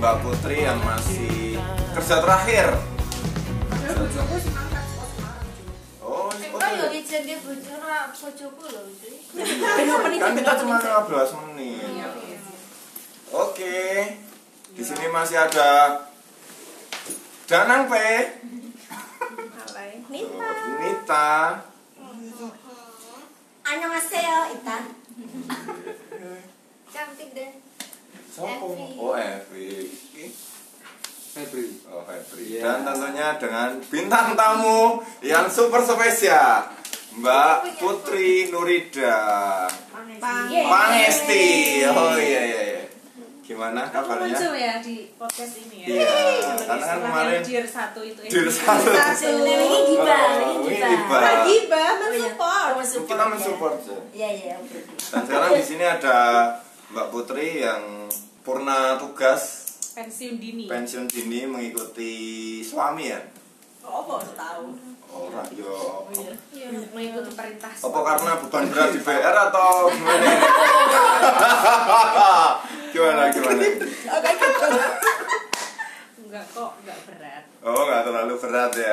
Mbak Putri yang masih kerja terakhir. Oh, yo ijen ge bojoku lho itu. Kan kita cuma 15 menit. Oke. Di sini masih ada Danang P. Nita. Annyeonghaseyo, Ita. Cantik deh. Sopo? Oh, Evi. Febri. Oh, Febri. Dan tentunya dengan bintang tamu yang super spesial, Mbak Putri Nurida Panesti. Oh iya. Gimana kabarnya? Muncul ya di podcast ini ya. Iya, karena kan kemarin Dir 1 itu. Dir 1. Ini Gibah mensupport. Kita mensupport ya. Iya. Dan sekarang di sini ada Mbak Putri yang purna tugas pensiun dini mengikuti suami ya. Oh, bos tahu. Orang yo. Iya, mengikuti perintah. Apa karena beban berat di PR atau gimana? Gimana? Enggak kok, enggak berat. Oh, nggak terlalu berat ya.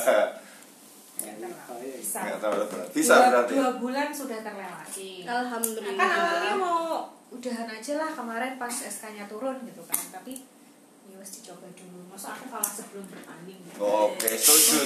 Bisa. Nggak terlalu berat. Bisa berarti. 2 bulan sudah terlewati. Alhamdulillah. Kan awalnya mau udahan aja lah kemarin pas SK-nya turun gitu kan, tapi ya wes dicoba dulu. Masa aku kalah sebelum bertanding. Oke, setuju.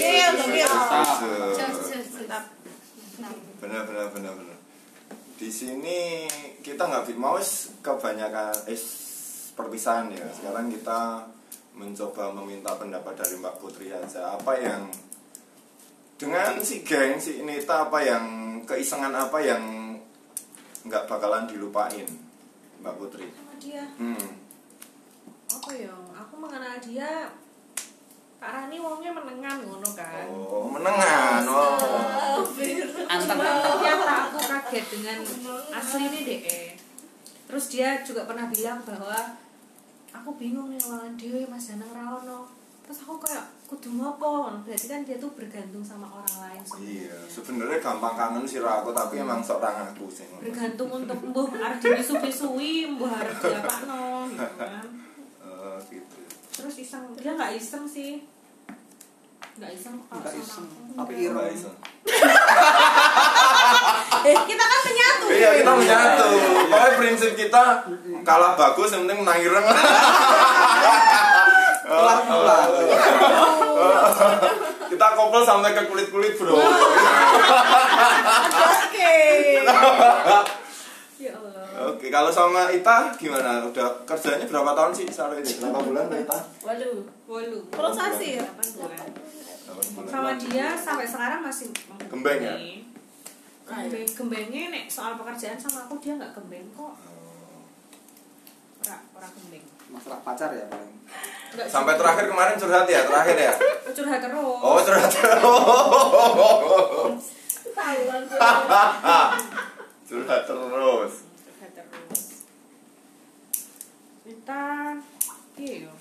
Benar. Di sini kita nggak mau kebanyakan perpisahan ya. Sekarang kita mencoba meminta pendapat dari Mbak Putri aja. Apa yang dengan si Nita, apa yang keisengan apa yang nggak bakalan dilupain Mbak Putri? Sama dia. Apa ya? Aku mengenal dia Kak Rani wongnya menengan ngono kan. Oh, menengan. Oh. Ternyata aku kaget dengan asli ini deh. Terus dia juga pernah bilang bahwa aku bingung nih lawan Dewi Mas Danang Rawono. Terus aku kayak kudu ngopo. Berarti kan dia tuh bergantung sama orang lain semua. Iya, sebenarnya gampang kangen sih aku, tapi emang seorang aku sih. Bergantung untuk mbuh arep dipisu-pisui, mbuh arep diapakno gitu kan. Gitu. Terus iseng, dia nggak iseng sih. Nggak iseng kalau sama aku. Tapi iro. Kita kan menyatu. Iya, kita menyatu. Pokoknya prinsip kita kalah bagus, yang penting menang ireng. Kita kopel sampai ke kulit-kulit, bro. Oke. Ya Allah. Oke, kalau sama Ita gimana? Udah kerjanya berapa tahun sih sampai ini? Berapa bulan Ita? 8 Prosesir. 8 bulan. Sama dia sampai sekarang masih Gembeng ya? Gembengnya nek soal pekerjaan sama aku dia nggak gembeng kok. Ora gembeng. Masalah pacar ya paling. Sampai terakhir kemarin curhat ya, terakhir ya? Curhat terus. Oh, curhat terus. Curhat terus. Kita iya.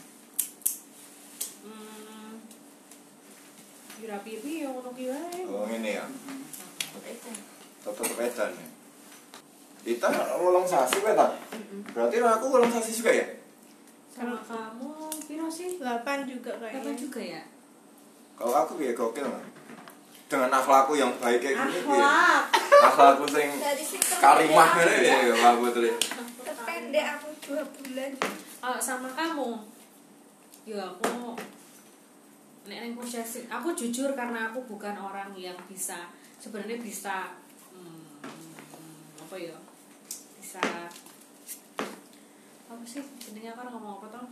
Rapi-rapi yang ngono ki wae. Oh, ini ya. Tetep edan ya. Ita wolong sasi kowe ta? Berarti aku wolong sasi juga ya? Sama kamu piro sih? 8 juga kayaknya. 8 juga ya? Kalau aku ya gokil nggak? Dengan akhlakku yang baik kayak gini Akhlak. Akhlakku sing karimah ngene ya Mbak Putri. Terpendek aku 2 bulan. Sama kamu. Ya aku nek nang posesif, aku jujur karena aku bukan orang yang sebenarnya bisa apa ya? Bisa apa sih jenenge aku ngomong apa toh?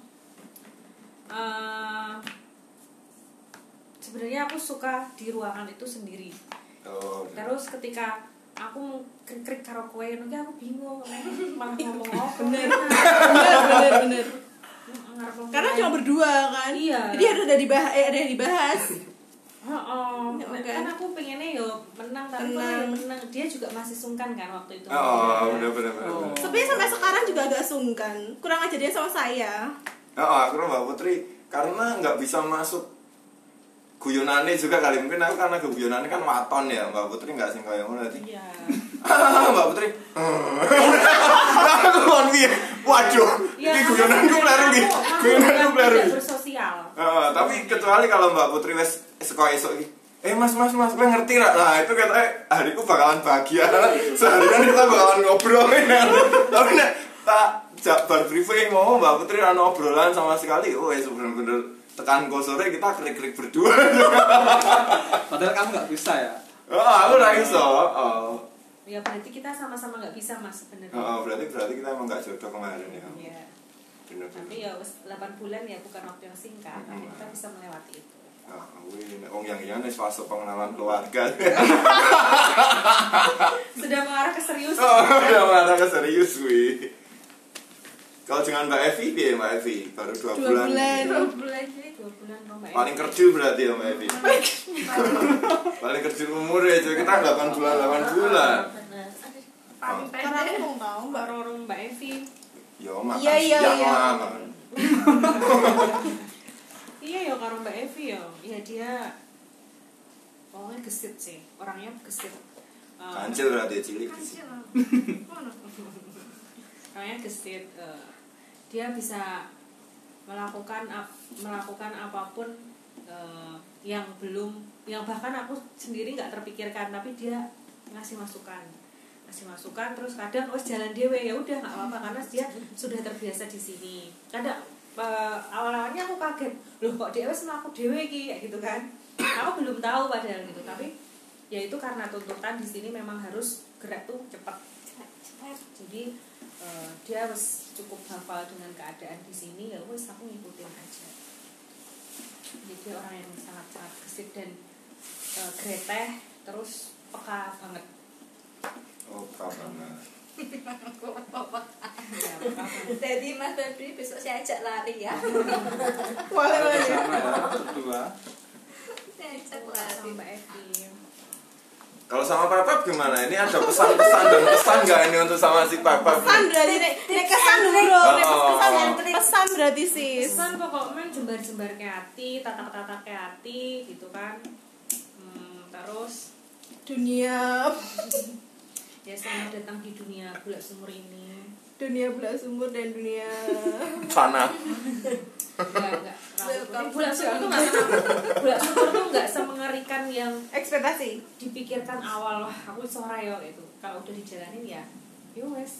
Sebenarnya aku suka di ruangan itu sendiri. Oh. Terus ketika aku krik-krik karo kowe ngono aku bingung malah ngomong apa. Bener. Karena cuma berdua kan. Iya. Jadi harus ada yang dibahas. Kan aku pengennya yo menang tapi kok ya menang. Dia juga masih sungkan kan waktu itu. Bener. Sebenarnya sampai sekarang juga agak sungkan. Kurang aja dia sama saya. Aku Mbak Putri karena nggak bisa masuk guyonane juga kali, mungkin aku karena guyonane kan waton ya Mbak Putri nggak sing kaya ngono tadi. Iya. Mbak Putri. Aku kon piye? Waduh, iki guyonanku kleru iki. Guyonanku kleru. Tidak bersosial. Tapi kecuali kalau Mbak Putri wes sekolah esok iki. Mas, kowe ngerti gak? Nah, itu katanya hariku bakalan bahagia. Seharian kita bakalan ngobrol. Tapi nek tak bar briefing mau Mbak Putri ana obrolan sama sekali. Oh, ya bener-bener tekan sore kita krik-krik berdua. Padahal kamu nggak bisa ya. Aku ora iso. Ya berarti kita sama-sama nggak bisa Mas sebenarnya. Berarti kita emang nggak jodoh kemarin ya. Iya. Bener. Tapi ya 8 bulan ya bukan waktu yang singkat, tapi kita bisa melewati itu. Wong yang wis fase pengenalan keluarga. Sudah mengarah ke serius. Udah mengarah ke serius wi. Kalau dengan Mbak Evi, piye Mbak Evi? Baru 2 bulan. 2 bulan jadi 2 bulan Mbak Evi. Paling kerjul berarti ya Mbak Evi. Paling kerjul umur ya, jadi kita 8 bulan. Benar. Paling Karena aku pendek. mau tahu Mbak. Baru Mbak Evi. Yo makan Iya. siang lah. Iya ya karo Mbak Evi ya. Iya dia pokoknya gesit sih. Orangnya gesit. Kancil berarti cilik. Orangnya gesit. Dia bisa melakukan apapun yang bahkan aku sendiri nggak terpikirkan, tapi dia ngasih masukan terus kadang jalan dewe ya udah nggak apa-apa karena dia sudah terbiasa di sini. Kadang awalnya aku kaget loh kok dia wes melaku dewe kayak gitu kan, aku belum tahu padahal gitu, tapi ya itu karena tuntutan di sini memang harus gerak tuh cepat. Jadi dia wes cukup hafal dengan keadaan di sini, ya wes aku ngikutin aja. Jadi orang yang sangat gesit dan greteh terus peka banget. Oh, peka banget. Ya, peka banget. Jadi Mas Febri besok saya ajak lari ya. Boleh. Sama ya, berdua. Saya ajak Sama lari. Mbak Evi. Kalau sama Pepep gimana? Ini ada pesan-pesan dan pesan nggak ini untuk sama si Pepep? Pesan berarti nek kesan dulu bro. Oh. Pesan berarti sis. Pesan pokoknya jembar-jembar ke hati, tata-tata ke hati gitu kan. Terus Dunia selamat datang di dunia Bulak Sumur ini. dunia belah sumur dan dunia Sana. Enggak. Bulak Sumur tuh Bulak Sumur tuh enggak semengerikan yang ekspektasi. dipikirkan awal. Wah, aku sore ya gitu. Kalau udah dijalanin ya yo wes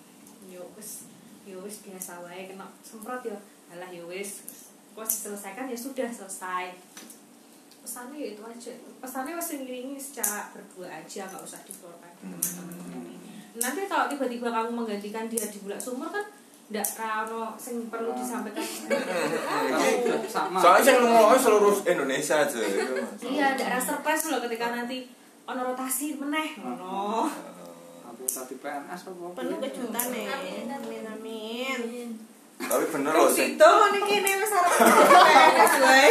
biasa wae kena semprot ya. Alah yo wes. Kok diselesaikan ya sudah selesai. Pesannya ya itu aja. Pesannya masih ngiringi secara berdua aja, nggak usah dikeluarkan ke teman-teman. Nanti kalau tiba-tiba kamu menggantikan dia di Bulak Sumur kan ndak rano sing perlu disampaikan. Tapi sama. Soalnya yang ngomongnya seluruh Indonesia aja. Iya, ada rasa surprise loh ketika nanti ono rotasi meneh ngono. Aku tadi PNS apa? Penuh kejutan nih. Amin. Tapi bener loh sih. Itu ngene kene wis arep PNS wae.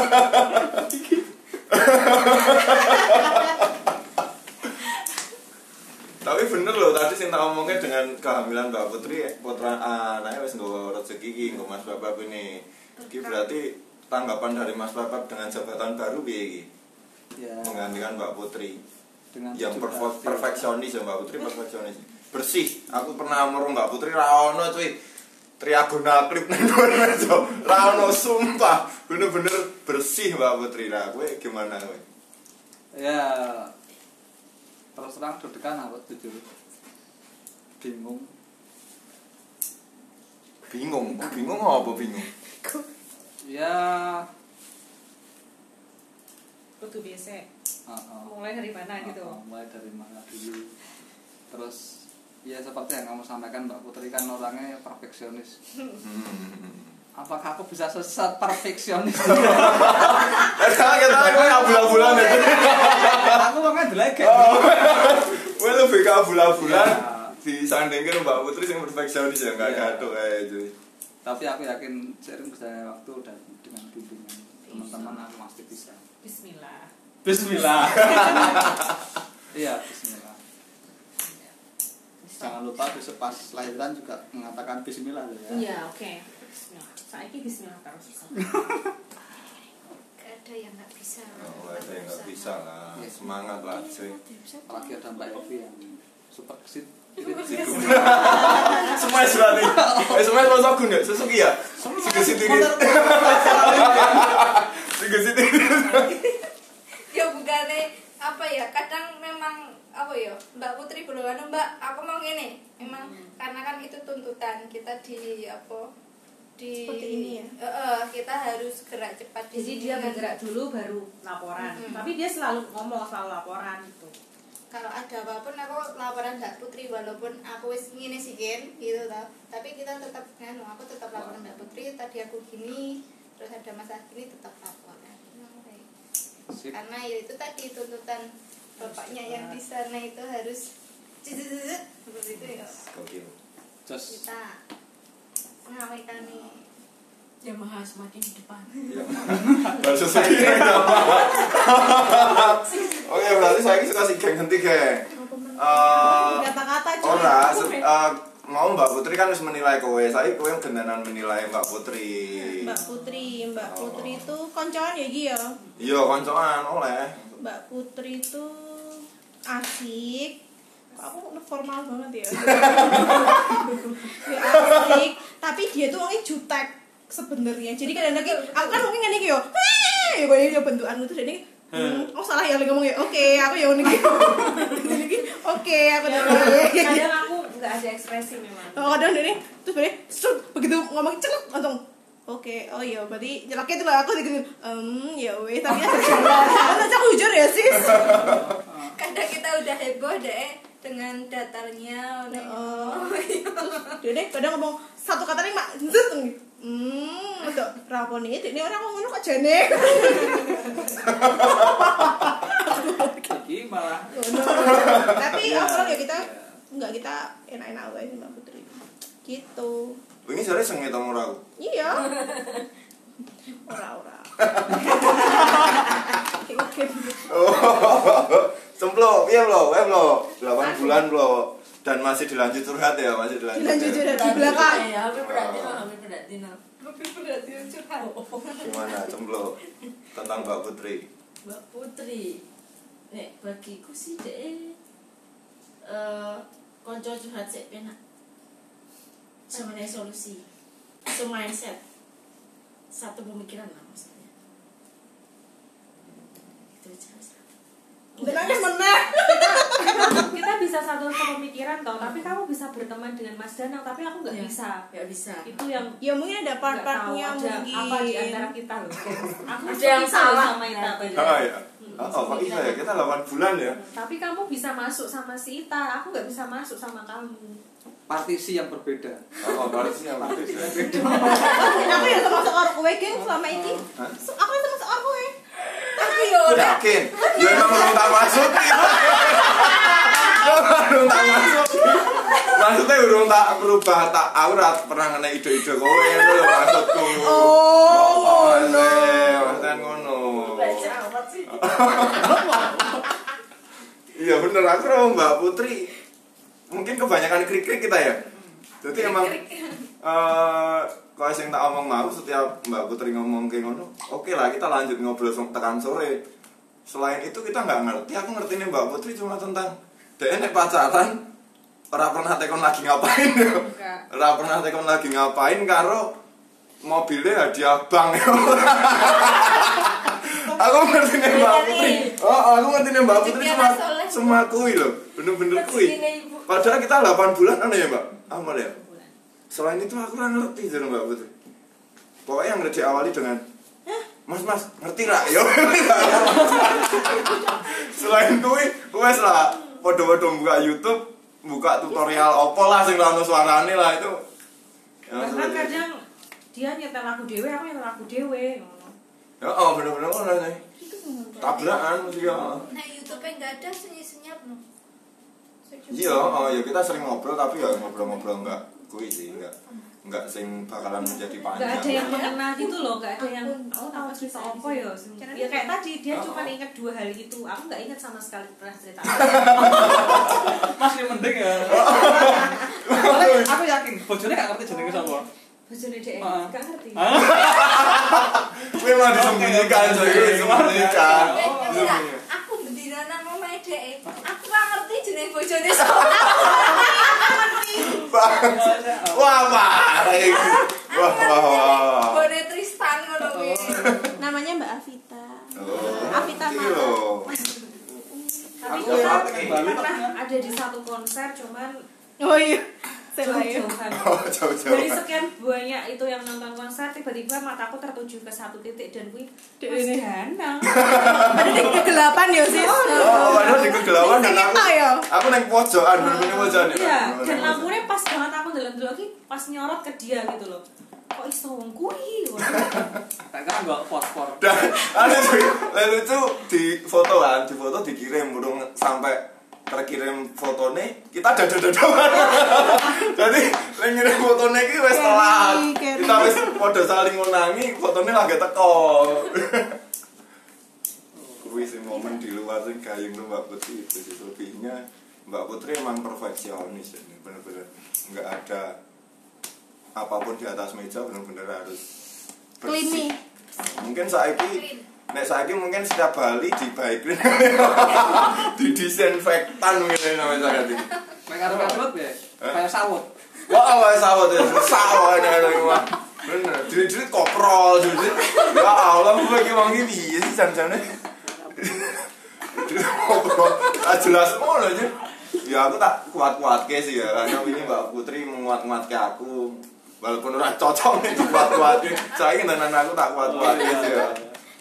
Tapi bener loh tadi sing tak omongnya dengan kehamilan Mbak Putri, putra anaknya wis nggawa rezeki iki nggo Mas Pepep ini. Iki berarti tanggapan dari Mas Pepep dengan jabatan baru piye iki? Ya. Menggantikan Mbak Putri. Dengan Yang jujur hati. perfeksionis ya Mbak Putri, perfeksionis. Bersih. Aku pernah merung Mbak Putri ra ono cuy. Triagonal klip nang meja. Ra ono sumpah. Bener-bener bersih Mbak Putri. Nah, kowe gimana kowe? Ya, terus terang deg-degan aku jujur. Bingung. Bingung apa bingung? Ya, Kudu biasa. Mulai dari mana gitu. Mulai dari mana dulu. Terus ya seperti yang kamu sampaikan Mbak Putri kan orangnya perfeksionis. Apakah aku bisa sesat perfeksionis? Kita abul-abulan ya. Aku mau ngedelek. Kowe lebih ke abul-abulan disandingkan Mbak Putri yang perfeksionis ya enggak gaduh kayak itu. Tapi aku yakin seiring berjalannya waktu dan dengan bimbingan teman-teman aku pasti bisa. Bismillah. Iya, bismillah. Jangan lupa besok pas lahiran juga mengatakan bismillah loh ya. Iya, oke. Bismillah. Saiki bismillah terus. Gak ada yang nggak bisa. Oh, ada yang nggak bisa lah. Semangat lah cuy. Apalagi ada Mbak Evi yang super gesit. Semangat Smash berarti. Smash mau Shogun ya? Suzuki ya? Suzuki ini. Suzuki ini. Ya bukannya apa ya, kadang memang apa ya, Mbak Putri belum Mbak, aku mau gini. Memang karena kan itu tuntutan kita di apa? Seperti ini ya. Kita harus gerak cepat di Jadi sini dia kan. bergerak dulu baru laporan. Tapi dia selalu ngomong selalu laporan gitu. Kalau ada apapun aku laporan Mbak Putri walaupun aku wis ngene sikin gitu tau. Tapi kita tetap aku tetap laporan Mbak Putri, tadi aku gini, terus ada masalah gini tetap laporan. Karena ya itu tadi tuntutan bapaknya yang di sana itu harus seperti itu ya. Kita mengawetkan nih. Yamaha semakin di depan. Baru Suzuki. Oke, berarti saya suka si geng henti geng. Kata-kata Ora, mau Mbak Putri kan harus menilai kowe. Saya kowe yang gendanan menilai Mbak Putri. Mbak Putri itu koncoan ya iki ya. Iya, koncoan oleh. Mbak Putri itu asik. Aku formal banget ya. Ya asik, tapi dia tuh orangnya jutek sebenarnya. Jadi kadang-kadang aku kan mungkin ngene iki yo. Ya koyo bentukanmu tuh jadi oh salah ya ngomong ya. Oke, aku ya ngene iki. Oke, aku udah. Kadang aku nggak ada ekspresi memang. Oh, kadang ini terus begitu ngomong celup langsung oke, oh iya berarti jeleknya itu lah aku gitu. Ya weh, tapi aku jujur ya sis. Kadang kita udah heboh deh dengan datarnya. Terus dia kadang ngomong satu kata nih mak zet untuk raponi ini orang ngomong kok jane. Iki malah Tapi overall ya kita enak-enak aja sih Mbak Putri. Gitu. Wingi sore sengit ta ora aku. Iya. Ora. Semplo, piye lho, 8 bulan lho. Dan masih dilanjut curhat ya, masih dilanjut. Dilanjut di belakang. Ya, hampir berarti curhat. Gimana, Cemplo? Tentang Mbak Putri. Mbak Putri. Nek bagiku sih dek konco curhat sik penak. Semuanya solusi. Mindset. Satu pemikiran lah maksudnya. Itu aja. Benarnya meneh. Kita bisa satu pemikiran toh, tapi kamu bisa berteman dengan Mas Danang, tapi aku nggak bisa. Nggak bisa. Itu yang Ya mungkin ada part-partnya nggak tahu ada mungkin. apa di antara kita loh. Aku Ada yang salah sama Ita. Oh iya. Oh, kok bisa ya? Kita 8 bulan ya. Tapi kamu bisa masuk sama si Ita, aku nggak bisa masuk sama kamu. partisi yang berbeda. Oh, partisi yang berbeda. Aku ya termasuk orang kowe geng selama ini. Aku ya termasuk orang kowe. Tapi yo ora. Yakin? Ya emang belum tak masuk. Belum tak masuk. Maksudnya urung tak berubah, tak aurat pernah ngene ide-ide kowe ngono lho maksudku. Oh, no. Maksudnya ngono. Baca apa sih? Iya bener, aku sama Mbak Putri mungkin kebanyakan krik-krik kita ya. Jadi emang kalau yang tak omong mau setiap Mbak Putri ngomong kayak ngono, oke lah kita lanjut ngobrol tekan sore. Selain itu kita nggak ngerti, aku ngerti nih Mbak Putri cuma tentang dia nek pacaran, ora pernah tekon lagi ngapain ya. Ora pernah tekon lagi ngapain karo mobilnya hadiah bank ya. Aku ngerti nih Mbak Putri. Oh, aku ngerti nih Mbak Putri semua kui loh, bener-bener kui. Padahal kita 8 bulan aneh ya Mbak, amal ya. Selain itu aku kurang ngerti jadi Mbak Putri. Pokoknya yang ngerti awali dengan Mas, ngerti lah, yo. Selain kui, wes lah, podo-podo buka YouTube, buka tutorial opo lah, sing ono suarane lah itu. Bahkan kadang dia nyetel lagu dewe, aku nyetel lagu dewe. Ya, oh bener-bener ngono nih. Tabrakan mesti ya. Nah, YouTube-nya enggak ada senyap no. Iya, oh ya kita sering ngobrol tapi ya ngobrol-ngobrol enggak kui sih, enggak sing bakalan menjadi panjang. Nggak ada yang mengenal gitu loh, nggak ada yang aku tahu cerita apa ya. Ya kayak tadi dia cuma ingat 2 hal itu, aku nggak ingat sama sekali pernah cerita. Masih mending ya. Aku yakin bojone gak ngerti jenenge sapa. Bojone dhek nggak ngerti. Kuwi mah disembunyikan, coy, disembunyikan. Aku bendina nang omahe dhek. Aku ora ngerti jeneng bojone sapa. Wah, parah iki. Wah. Bone Tristan ngono kuwi. Namanya Mbak Avita. Oh, Avita iki Mata. lho. Tapi Aku kita pernah pernah ada di satu konser cuman Oh iya. Saya ya. jauh-jauhan. Oh, jauh-jauh. Dari sekian banyak itu yang nonton konser, tiba-tiba mataku tertuju ke satu titik dan gue Di Mas ini. Danang. Ada di kegelapan ya, Sis. Oh, padahal di kegelapan dan aku. Kita ya. Aku nang pojokan, bener-bener pojokan. Iya, dan lampunya pas banget aku ndelok lagi pas nyorot ke dia gitu loh. Kok iso wong kuwi? Tak kan enggak fosfor. Dan lucu di foto kan, di foto dikirim burung sampai terkirim fotonya kita dada-dadawan. Jadi yang ngirim fotonya iki wis telat. Kita wis padha saling ngunangi, fotonya lagi teko. Kuwi sing momen di luar sing gayeng tuh Mbak Putri itu sih lebihnya Mbak Putri emang perfeksionis ini bener-bener nggak ada apapun di atas meja bener-bener harus bersih. Klini. Mungkin saiki nek saiki mungkin setiap Bali dibaikin di disinfektan mungkin namanya saya ini. Mek karo-karo ya. Kayak sawut. Wah, sawah itu sawah ada rumah. Bener, jadi koprol jadi. Ya Allah, gue lagi wangi piye sih jan-jane. Koprol, jelas ngono aja. Ya aku tak kuat-kuatke sih ya, karena ini Mbak Putri menguat-nguatke aku. Walaupun ora cocok nek kuat-kuatke. Saiki tenan aku tak kuat-kuatke sih ya.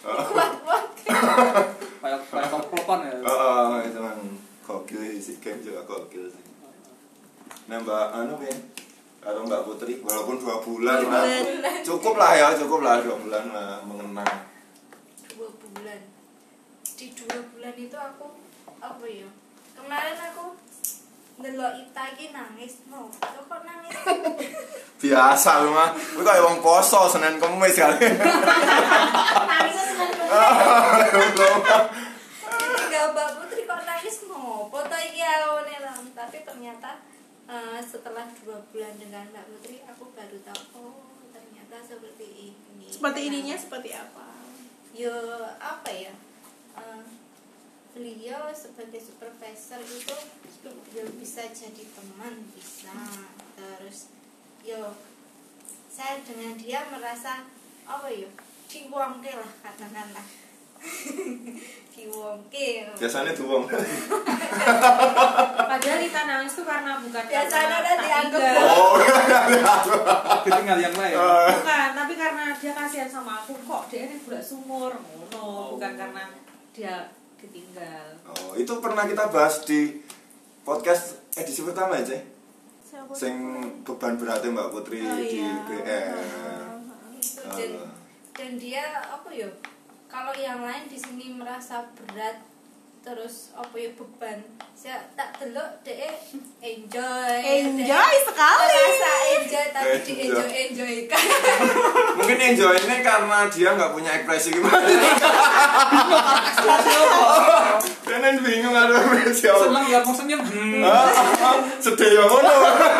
Kayak komplotan ya. Itu kan gokil sih, game juga gokil sih. Nah Mbak anu kan, kalau Mbak Putri walaupun 2 bulan lah, cukup lah 2 bulan lah mengenang. 2 bulan. Di 2 bulan itu aku apa ya? Kemarin aku ndelok Ita iki nangis, mau. Kok nangis? Biasa lu mah, kuwi kaya wong poso Senin Kamis kali. Nangis seneng banget. Tinggal Mbak Putri kok nangis mau. Foto iki awone lah, tapi ternyata setelah 2 bulan dengan Mbak Putri aku baru tahu oh ternyata seperti ini. Seperti ininya seperti apa? Yo apa ya? Beliau sebagai supervisor itu yo bisa jadi teman bisa. Terus yo saya dengan dia merasa apa yo diwongke lah katakanlah. Diwongke. Biasanya duwong. Padahal Rita nangis tuh karena bukan Biasanya karena udah dianggap tinggal. Oh. Ditinggal yang lain. Bukan, tapi karena dia kasihan sama aku kok dia ini budak sumur ngono, bukan karena dia ditinggal. Oh, itu pernah kita bahas di podcast edisi pertama aja. Sing beban beratnya Mbak Putri di BR. Gitu, dan dia apa ya? Kalau yang lain di sini merasa berat terus apa ya beban, saya tak delok deh enjoy sekali. rasa enjoy tapi di enjoy kan. Mungkin enjoy-nya karena dia nggak punya ekspresi gimana. Kenen bingung ada siapa. Seneng ya mau senyum. Sedih yang ngono.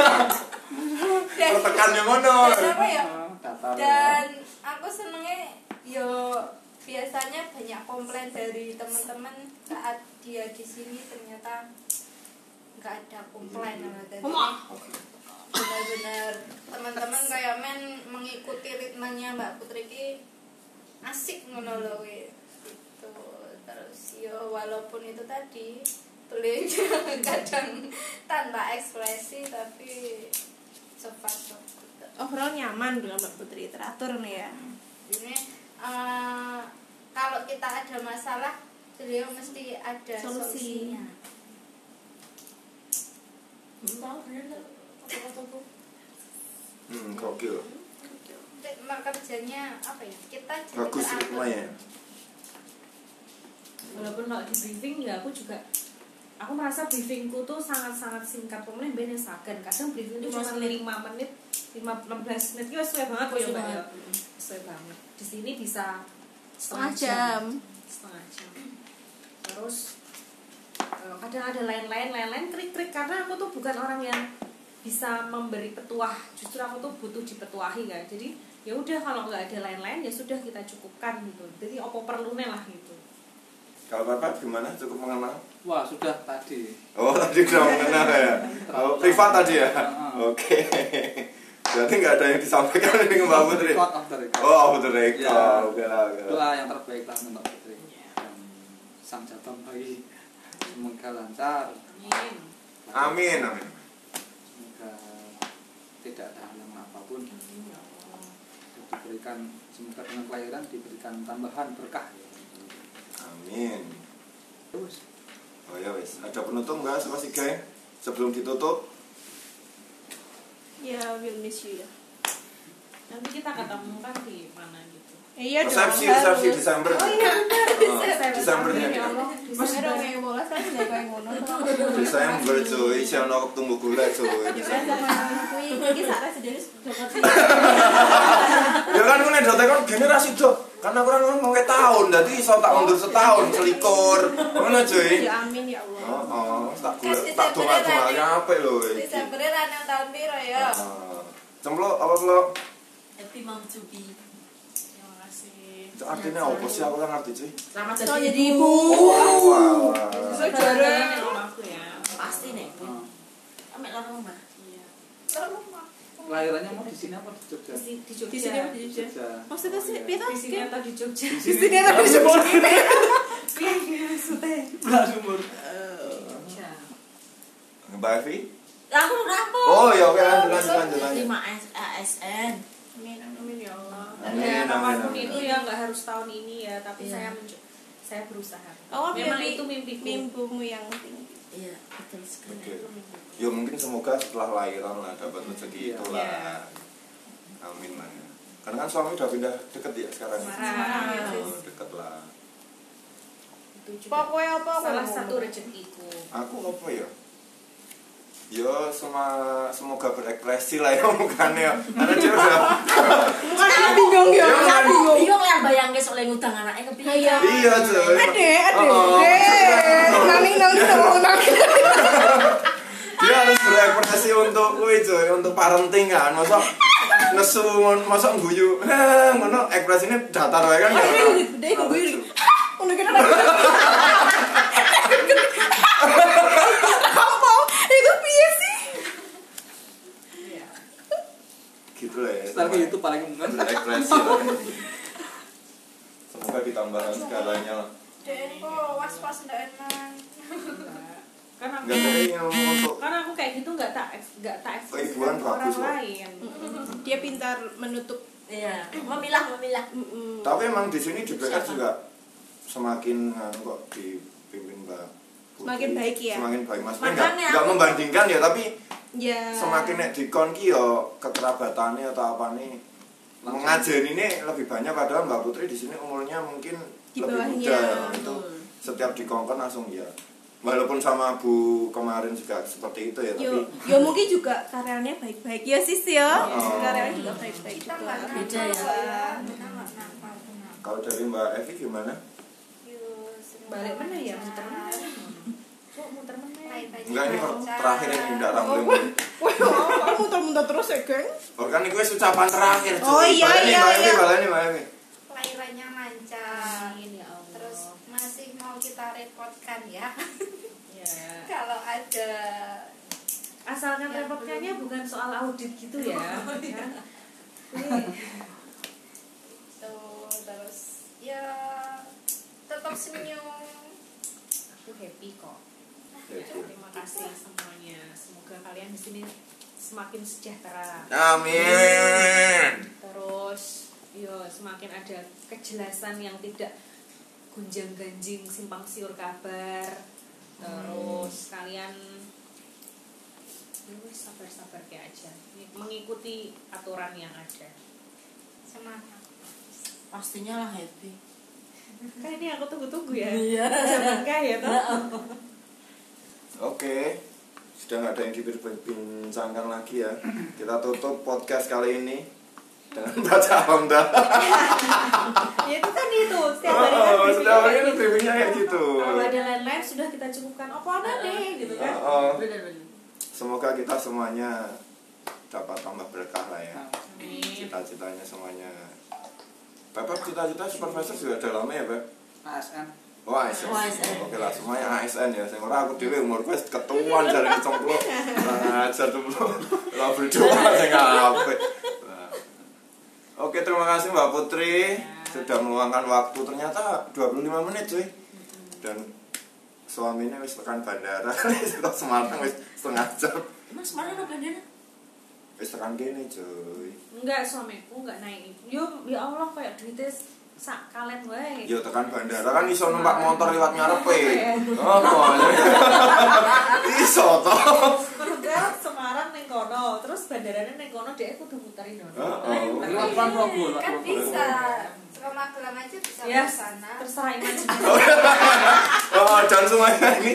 Tekan yang ngono. Dan apa ya? Datar. Dan aku senengnya yo biasanya banyak komplain dari teman-teman saat dia di sini ternyata nggak ada komplain sama tadi. Benar-benar teman-teman kayak men mengikuti ritmenya Mbak Putri ki asik ngono lho gitu. Terus yo walaupun itu tadi beliau kadang tanpa ekspresi tapi cepat. Overall nyaman dengan Mbak Putri, teratur nih ya. Ini kalau kita ada masalah beliau mesti ada solusinya. Gokil. Ritme kerjanya apa ya? Kita jadi Bagus teratur. ritmenya. Walaupun kalau di briefing ya aku merasa briefingku tuh sangat-sangat singkat. Pokoknya bener saken. Kadang briefing itu cuma 5 menit, 16 menit itu sesuai banget kok ya Mbak ya. Sesuai banget. Di sini bisa Setengah jam. Terus kadang ada lain-lain krik-krik karena aku tuh bukan orang yang bisa memberi petuah, justru aku tuh butuh dipetuahi kan. Jadi ya udah kalau nggak ada lain-lain ya sudah kita cukupkan gitu. Jadi opo perlunya lah gitu. Kalau Bapak gimana? Cukup mengenal? Wah, sudah tadi. Oh, tadi sudah mengenal ya? Oh, privat tadi ya? Oke. Berarti nggak ada yang disampaikan ini ke Mbak Putri? Oh, off the record. Ya. Oke lah. Doa yang terbaik lah untuk Mbak Putri. Dan sang jabang bayi. Semoga lancar. Amin, amin. Semoga tidak ada halangan apapun. Diberikan, semoga dengan kelahiran diberikan tambahan berkah. Amin. Terus. Oh ya wes, ada penutup nggak sama si Gay? Sebelum ditutup? Ya, will miss you ya. Nanti kita ketemu kan di mana gitu. Iya dong. Resepsi Desember. Oh iya benar. Desembernya. Ya Allah. Masih dong yang bola kan nggak kayak ngono. Desember cuy, si ono tunggu gula cuy. Iki sak residen dokter. Ya kan nek dote kon generasi do. Karena aku orang mau tahun, jadi iso tak mundur setahun, selikur. Ngono cuy. Ya amin ya Allah. Tak donga-donga apa lho iki. Desember ra nang tahun piro ya? Cemplok apa belum? Happy mom to be. Terima kasih. Artinya apa sih aku ora ngerti cuy. Selamat So jadi jadi ibu. Wow. Saudara. Aku ya. Pasti nek. Amek loro omah. Iya. Kelahirannya mau di sini apa di Jogja? Di Jogja. Di sini apa di Jogja? Jogja. Maksudnya sih, piye Di sini atau di Jogja? Di Di sini ada di Jogja. Jogja. Maksudnya. Belah sumur. Jogja. Mbak Evi? Aku rapo. Oh ya oke lanjut. 5 ASN. Amin amin ya Allah. Amin, Ya, amin, apapun amin. itu ya nggak harus tahun ini ya, tapi Iya. saya berusaha. Oh, Memang mimpi- itu mimpiku. mimpimu yang tinggi. Iya, betul sekali. Oke. Ya mungkin semoga setelah lahiran lah dapat rezeki Iya. itulah. Iya. Amin lah ya. Karena kan suami udah pindah deket ya sekarang. Semarang. Oh, deket lah. Itu juga Pokoknya apa salah ngomong? satu rezekiku. Aku apa ya? Ya semoga berekspresi lah ya mukanya. Karena dia udah Bukan bingung ya. Bingung lah bayangke sok le ngudang anake kepiye. iya cuy. Ade. Oh. Nani Dia harus berekspresi untuk kuwi cuy, untuk parenting kan. Masa nesu masa guyu. Ngono ekspresinya datar wae kan. Gede guyu. Udah kita apa? Itu piye sih? Iya. Gitu lah ya. Style itu paling mungkin. Berekspresi lah. Semoga ditambahkan segalanya lah. Den kok was-was ndak enak. Kan aku Enggak tadi ngomong untuk karena aku kayak gitu nggak tak Keibuan ekspresikan ke orang bagus loh. lain. Dia pintar menutup. Iya, memilah. tapi emang di sini di BKS juga semakin kok dipimpin Mbak Putri. Semakin baik ya? Semakin baik. Maksudnya Makanya enggak aku- membandingkan ya, tapi Ya. semakin nek dikon ki yo kekerabatannya atau apa nih mengajari ini lebih banyak, padahal Mbak Putri di sini umurnya mungkin Di lebih bawahnya. muda ya. Itu setiap dikongkon langsung ya. Walaupun sama Bu kemarin juga seperti itu ya, tapi Yo mungkin juga karyanya baik-baik ya sis ya. Oh. Karyanya juga baik-baik Kita juga. nggak Beda ya. Kita nggak nakal. kalau dari Mbak Evi gimana? Balik mana ya muter mana? Kok muter mana? Enggak, ini terakhir ini enggak rambling. Wah, kamu muter-muter terus ya, geng? Oh kan itu ucapan terakhir. cuy. Oh, iya, Baleni, iya, Mbak Evi, iya. baleni, Mbak Evi. Kelahirannya lancar. Amin ya Allah. Terus masih mau kita repotkan ya. Ya. Kalau ada Asalkan Ya, repotkannya bukan soal audit gitu ya. Kan? tuh terus ya tetap senyum. Aku happy kok. Ya, Bu. Terima kasih semuanya. Semoga kalian di sini semakin sejahtera. Amin. Terus, semakin ada kejelasan yang tidak gunjang-ganjing, simpang siur kabar. Terus kalian sabar-sabar kayak aja, mengikuti aturan yang ada. Semangat. Pastinya lah happy. Kan ini aku tunggu-tunggu ya. Iya. Jangan ya toh. Oke, sudah nggak ada yang diperbincangkan lagi ya. Kita tutup podcast kali ini dengan baca alhamdulillah. Ya itu kan itu setiap hari kan briefingnya setiap hari kayak kan gitu. briefingnya kayak gitu. Kalau ada lain-lain sudah kita cukupkan. Apa ada deh gitu kan. Bener-bener. Semoga kita semuanya dapat tambah berkah lah ya. Amin. Cita-citanya semuanya. Bapak cita-cita supervisor sudah ada lama ya, Pak? ASN. Oh, ASN. Oh, ASN. Oke lah, semuanya ASN ya. Sing ora aku dhewe umurku wis ketuan jare dicemplung. Ajar dulu. Lah berdua sing apik. Nah. Oke, terima kasih Mbak Putri sudah meluangkan waktu. Ternyata 25 menit cuy. Dan suaminya wis tekan bandara. Wis tekan Semarang wis setengah jam. Mas mana no bandara? Wis tekan kene cuy. Enggak, suamiku enggak naik. Yo ya Allah kayak duitnya sak kalen wae. Yo tekan bandara kan iso numpak motor liwat ngarepe. Oh, iso to. Menurut Semarang ning kono, terus bandarane ning kono dhek kudu muterin ngono. Lewat Ponorogo. Kan bisa. Ke Magelang aja bisa Ya, ke sana. terserah imajinasi. Oh, dan semuanya ini.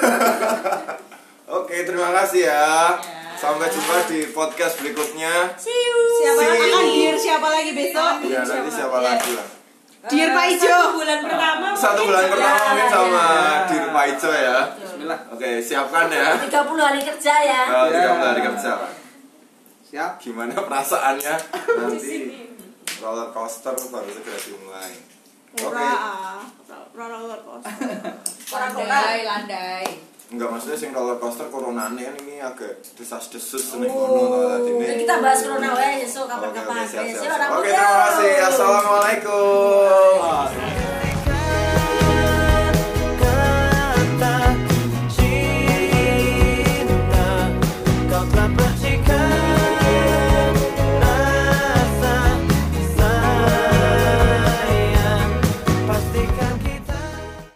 Oke, terima kasih ya. Sampai jumpa di podcast berikutnya. Siapa See you. akan dear siapa lagi besok? Ya, nanti siapa lagi lah. Dear Pak Ijo. 1 bulan pertama. Satu bulan pertama mungkin sama Dir Paijo ya. Bismillah. Oke, siapkan ya. 30 hari kerja ya. 30 hari kerja. Siap. Gimana perasaannya nanti roller coaster baru segera dimulai. Oke. Ora roller coaster. Landai. Enggak, maksudnya sing roller coaster coronane kan ini agak desas-desus ning ngono to Ya, tadine. kita bahas corona wae besok Oke, kapan-kapan. siap, siap, Besok siap. orang Oke, muda. terima kasih. Assalamualaikum.